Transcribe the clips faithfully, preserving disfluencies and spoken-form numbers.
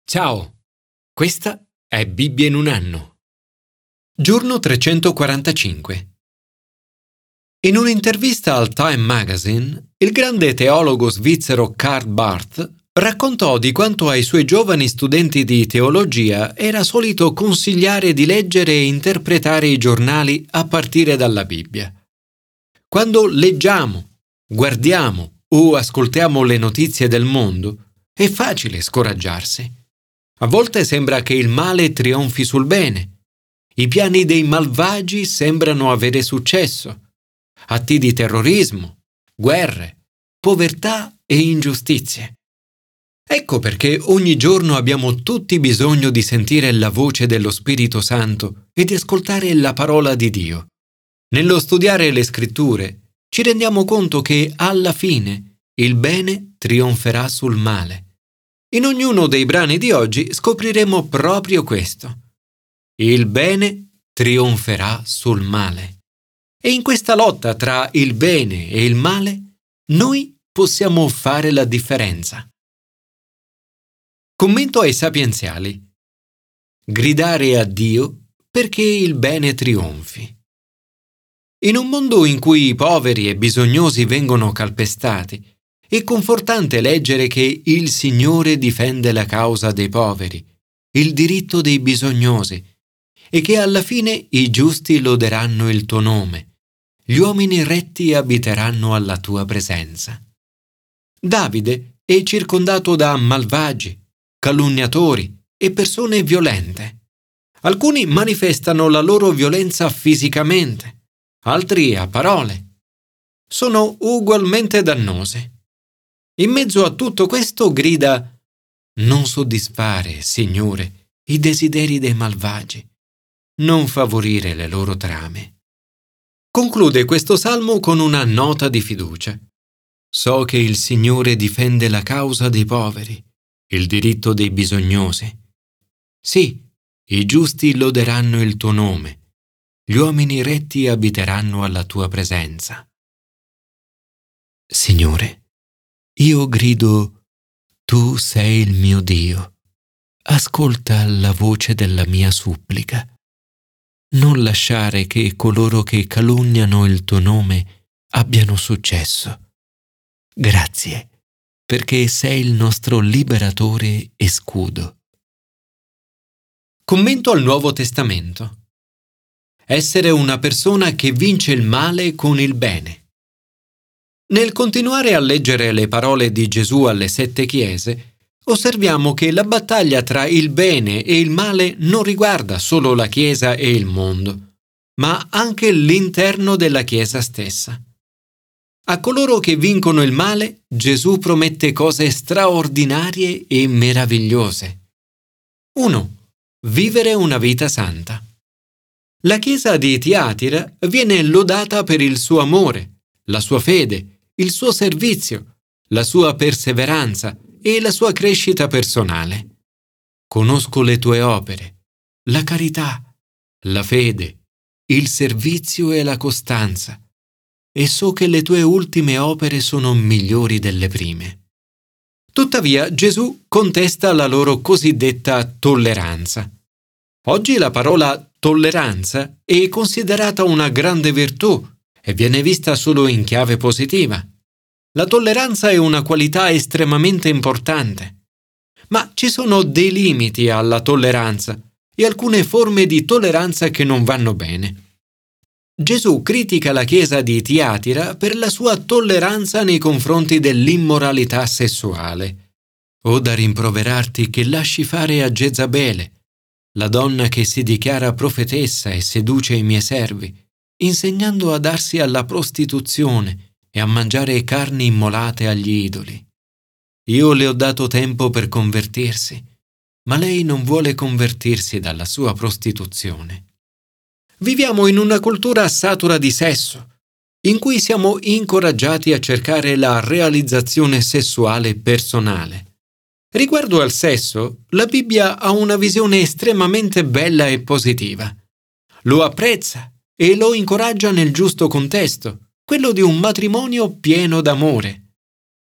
Ciao, questa è Bibbia in un anno. Giorno trecentoquarantacinque. In un'intervista al Time Magazine, il grande teologo svizzero Karl Barth raccontò di quanto ai suoi giovani studenti di teologia era solito consigliare di leggere e interpretare i giornali a partire dalla Bibbia. Quando leggiamo, guardiamo o ascoltiamo le notizie del mondo, è facile scoraggiarsi. A volte sembra che il male trionfi sul bene. I piani dei malvagi sembrano avere successo. Atti di terrorismo, guerre, povertà e ingiustizie. Ecco perché ogni giorno abbiamo tutti bisogno di sentire la voce dello Spirito Santo e di ascoltare la parola di Dio. Nello studiare le Scritture ci rendiamo conto che alla fine il bene trionferà sul male. In ognuno dei brani di oggi scopriremo proprio questo. Il bene trionferà sul male. E in questa lotta tra il bene e il male, noi possiamo fare la differenza. Commento ai sapienziali. Gridare a Dio perché il bene trionfi. In un mondo in cui i poveri e bisognosi vengono calpestati, è confortante leggere che il Signore difende la causa dei poveri, il diritto dei bisognosi, e che alla fine i giusti loderanno il tuo nome, gli uomini retti abiteranno alla tua presenza. Davide è circondato da malvagi, calunniatori e persone violente. Alcuni manifestano la loro violenza fisicamente, altri a parole. Sono ugualmente dannosi. In mezzo a tutto questo grida: non soddisfare, Signore, i desideri dei malvagi, non favorire le loro trame. Conclude questo salmo con una nota di fiducia. So che il Signore difende la causa dei poveri, il diritto dei bisognosi. Sì, i giusti loderanno il tuo nome, gli uomini retti abiteranno alla tua presenza. Signore, io grido, tu sei il mio Dio. Ascolta la voce della mia supplica. Non lasciare che coloro che calunniano il tuo nome abbiano successo. Grazie, perché sei il nostro liberatore e scudo. Commento al Nuovo Testamento. Essere una persona che vince il male con il bene. Nel continuare a leggere le parole di Gesù alle sette chiese, osserviamo che la battaglia tra il bene e il male non riguarda solo la Chiesa e il mondo, ma anche l'interno della Chiesa stessa. A coloro che vincono il male, Gesù promette cose straordinarie e meravigliose. uno. Vivere una vita santa. La Chiesa di Tiatira viene lodata per il suo amore, la sua fede, il suo servizio, la sua perseveranza e la sua crescita personale. Conosco le tue opere, la carità, la fede, il servizio e la costanza, e so che le tue ultime opere sono migliori delle prime. Tuttavia Gesù contesta la loro cosiddetta tolleranza. Oggi la parola tolleranza è considerata una grande virtù e viene vista solo in chiave positiva. La tolleranza è una qualità estremamente importante, ma ci sono dei limiti alla tolleranza e alcune forme di tolleranza che non vanno bene. Gesù critica la Chiesa di Tiatira per la sua tolleranza nei confronti dell'immoralità sessuale. Ho da rimproverarti che lasci fare a Jezabele, la donna che si dichiara profetessa e seduce i miei servi, insegnando a darsi alla prostituzione e a mangiare carni immolate agli idoli. Io le ho dato tempo per convertirsi, ma lei non vuole convertirsi dalla sua prostituzione. Viviamo in una cultura satura di sesso, in cui siamo incoraggiati a cercare la realizzazione sessuale personale. Riguardo al sesso, la Bibbia ha una visione estremamente bella e positiva. Lo apprezza e lo incoraggia nel giusto contesto, quello di un matrimonio pieno d'amore.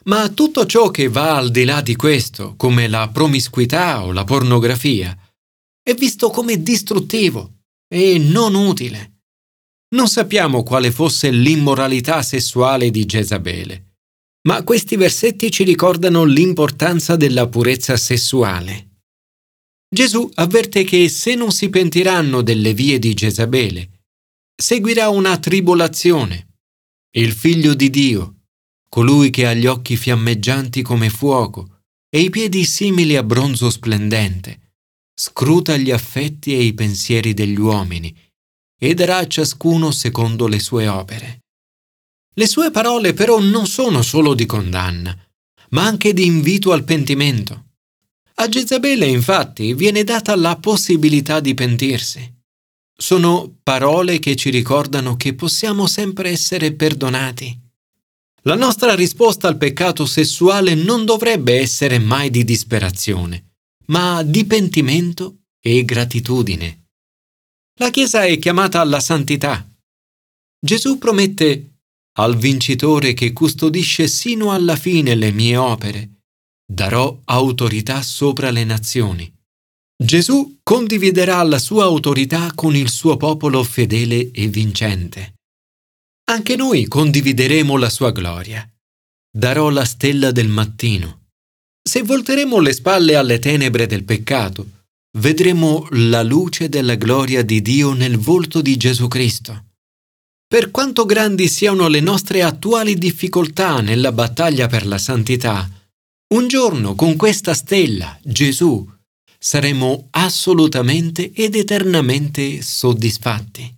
Ma tutto ciò che va al di là di questo, come la promiscuità o la pornografia, è visto come distruttivo e non utile. Non sappiamo quale fosse l'immoralità sessuale di Jezabele, ma questi versetti ci ricordano l'importanza della purezza sessuale. Gesù avverte che se non si pentiranno delle vie di Jezabele, seguirà una tribolazione. Il Figlio di Dio, colui che ha gli occhi fiammeggianti come fuoco e i piedi simili a bronzo splendente, scruta gli affetti e i pensieri degli uomini e darà a ciascuno secondo le sue opere. Le sue parole però non sono solo di condanna, ma anche di invito al pentimento. A Jezabele, infatti, viene data la possibilità di pentirsi. Sono parole che ci ricordano che possiamo sempre essere perdonati. La nostra risposta al peccato sessuale non dovrebbe essere mai di disperazione, ma di pentimento e gratitudine. La Chiesa è chiamata alla santità. Gesù promette: «Al vincitore che custodisce sino alla fine le mie opere, darò autorità sopra le nazioni». Gesù condividerà la sua autorità con il suo popolo fedele e vincente. Anche noi condivideremo la sua gloria. Darò la stella del mattino. Se volteremo le spalle alle tenebre del peccato, vedremo la luce della gloria di Dio nel volto di Gesù Cristo. Per quanto grandi siano le nostre attuali difficoltà nella battaglia per la santità, un giorno con questa stella, Gesù, saremo assolutamente ed eternamente soddisfatti.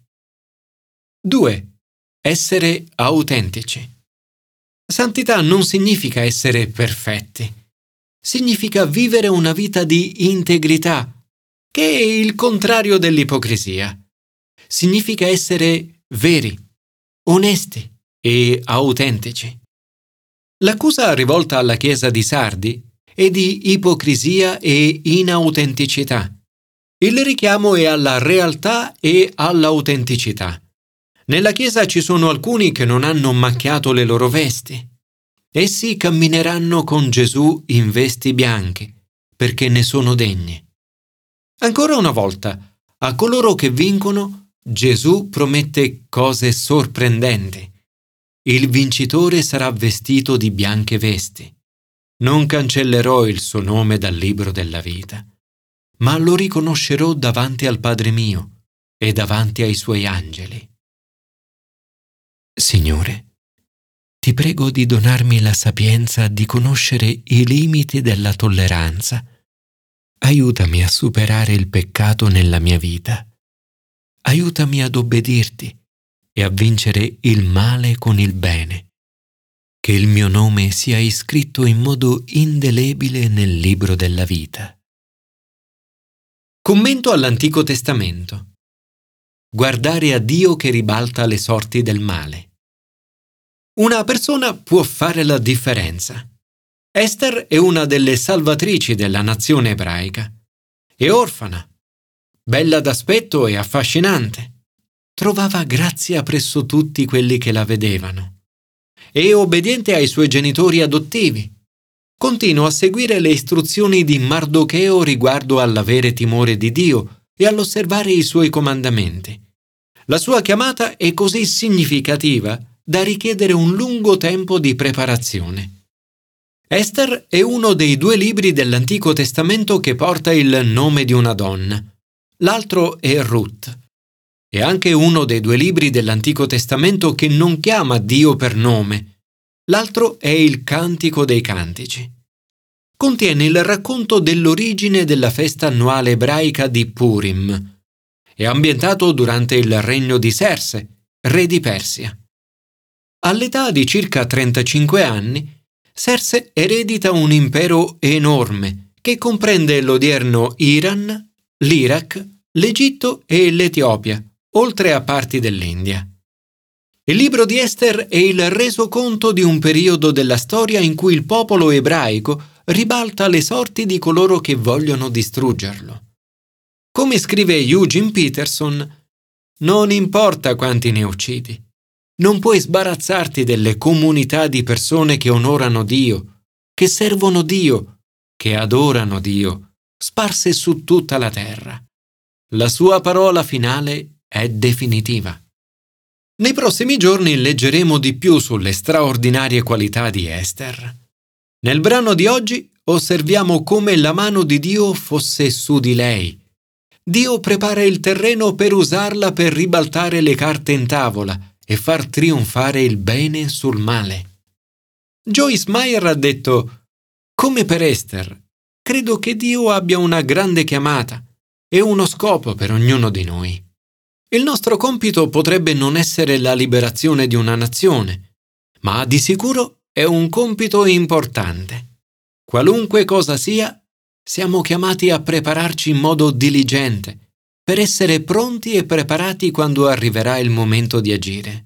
due. Essere autentici. Santità non significa essere perfetti. Significa vivere una vita di integrità, che è il contrario dell'ipocrisia. Significa essere veri, onesti e autentici. L'accusa rivolta alla Chiesa di Sardi è di ipocrisia e inautenticità. Il richiamo è alla realtà e all'autenticità. Nella Chiesa ci sono alcuni che non hanno macchiato le loro vesti. Essi cammineranno con Gesù in vesti bianche, perché ne sono degni. Ancora una volta, a coloro che vincono, Gesù promette cose sorprendenti. Il vincitore sarà vestito di bianche vesti. Non cancellerò il suo nome dal libro della vita, ma lo riconoscerò davanti al Padre mio e davanti ai suoi angeli. Signore, ti prego di donarmi la sapienza di conoscere i limiti della tolleranza. Aiutami a superare il peccato nella mia vita. Aiutami ad obbedirti e a vincere il male con il bene. Che il mio nome sia iscritto in modo indelebile nel libro della vita. Commento all'Antico Testamento. Guardare a Dio che ribalta le sorti del male. Una persona può fare la differenza. Ester è una delle salvatrici della nazione ebraica. È orfana, bella d'aspetto e affascinante. Trovava grazia presso tutti quelli che la vedevano. È obbediente ai suoi genitori adottivi. Continua a seguire le istruzioni di Mardocheo riguardo all'avere timore di Dio e all'osservare i suoi comandamenti. La sua chiamata è così significativa da richiedere un lungo tempo di preparazione. Ester è uno dei due libri dell'Antico Testamento che porta il nome di una donna. L'altro è Ruth. È anche uno dei due libri dell'Antico Testamento che non chiama Dio per nome. L'altro è il Cantico dei Cantici. Contiene il racconto dell'origine della festa annuale ebraica di Purim. È ambientato durante il regno di Serse, re di Persia. All'età di circa trentacinque anni, Serse eredita un impero enorme che comprende l'odierno Iran, l'Iraq, l'Egitto e l'Etiopia, oltre a parti dell'India. Il libro di Ester è il resoconto di un periodo della storia in cui il popolo ebraico ribalta le sorti di coloro che vogliono distruggerlo. Come scrive Eugene Peterson, non importa quanti ne uccidi, Non puoi sbarazzarti delle comunità di persone che onorano Dio, che servono Dio, che adorano Dio, sparse su tutta la terra. La sua parola finale è definitiva. Nei prossimi giorni leggeremo di più sulle straordinarie qualità di Ester. Nel brano di oggi osserviamo come la mano di Dio fosse su di lei. Dio prepara il terreno per usarla per ribaltare le carte in tavola e far trionfare il bene sul male. Joyce Meyer ha detto: come per Ester, credo che Dio abbia una grande chiamata e uno scopo per ognuno di noi. Il nostro compito potrebbe non essere la liberazione di una nazione, ma di sicuro è un compito importante. Qualunque cosa sia, siamo chiamati a prepararci in modo diligente per essere pronti e preparati quando arriverà il momento di agire.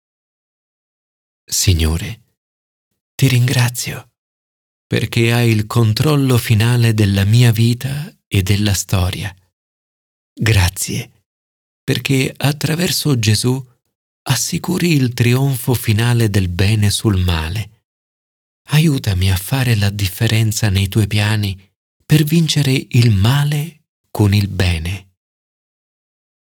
Signore, ti ringrazio perché hai il controllo finale della mia vita e della storia. Grazie perché attraverso Gesù assicuri il trionfo finale del bene sul male. Aiutami a fare la differenza nei tuoi piani per vincere il male con il bene.